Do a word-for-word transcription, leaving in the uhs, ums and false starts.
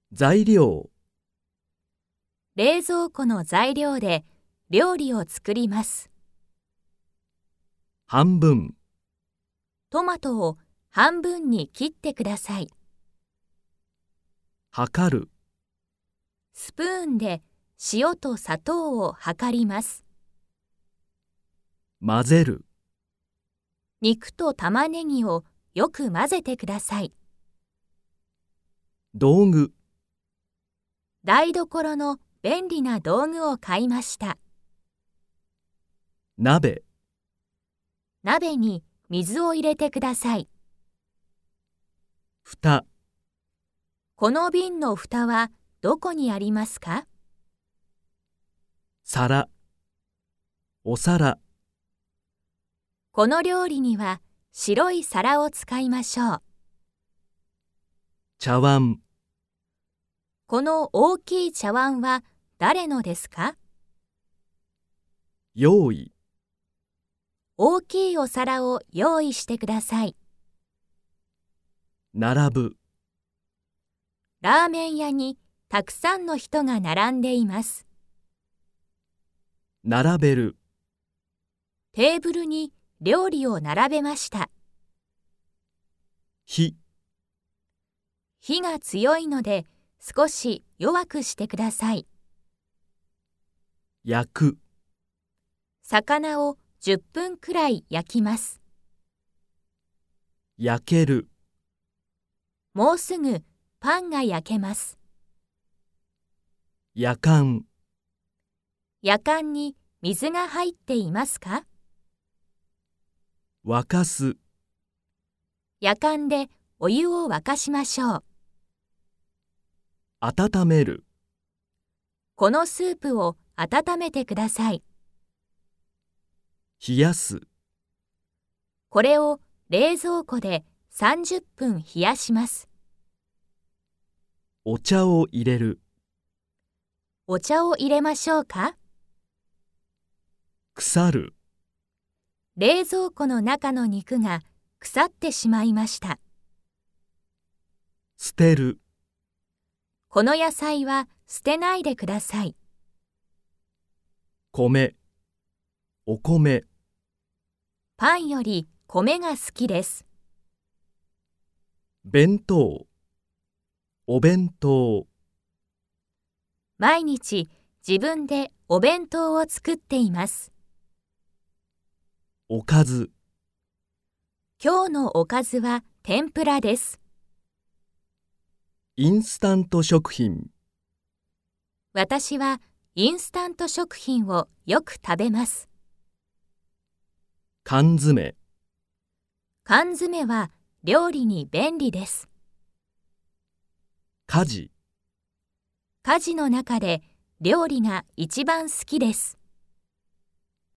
材料、 冷蔵庫の材料で料理を作ります。 半分、 トマトを半分に切ってください。 測る、 スプーンで塩と砂糖を測ります。 混ぜる、 肉と玉ねぎをよく混ぜてください。 道具、 台所の便利な道具を買いました。 鍋、 鍋に水を入れてください。 蓋、 この瓶の蓋はどこにありますか？ 皿、お皿。 この料理には白い皿を使いましょう。 茶碗、 この大きい茶碗は誰のですか？ 用意、 大きいお皿を用意してください。 並ぶ、 ラーメン屋にたくさんの人が並んでいます。 並べる、 テーブルに料理を並べました。 火、 火が強いので少し弱くしてください。 焼く、 魚をじゅっぷんくらい焼きます。 焼ける、 もうすぐパンが焼けます。 やかん、 やかんに水が入っていますか？ 沸かす、 やかんでお湯を沸かしましょう。 温める、 このスープを温めてください。 冷やす、 これを冷蔵庫でさんじゅっぷん冷やします。 お茶を入れる、 お茶を入れましょうか？ 腐る、 冷蔵庫の中の肉が腐ってしまいました。 捨てる、 この野菜は捨てないでください。 米、お米。 パンより米が好きです。 弁当、お弁当。 毎日自分でお弁当を作っています。 おかず、 今日のおかずは天ぷらです。 インスタント食品。 私はインスタント食品をよく食べます。 缶詰、 缶詰は料理に便利です。 家事、 家事の中で料理が一番好きです。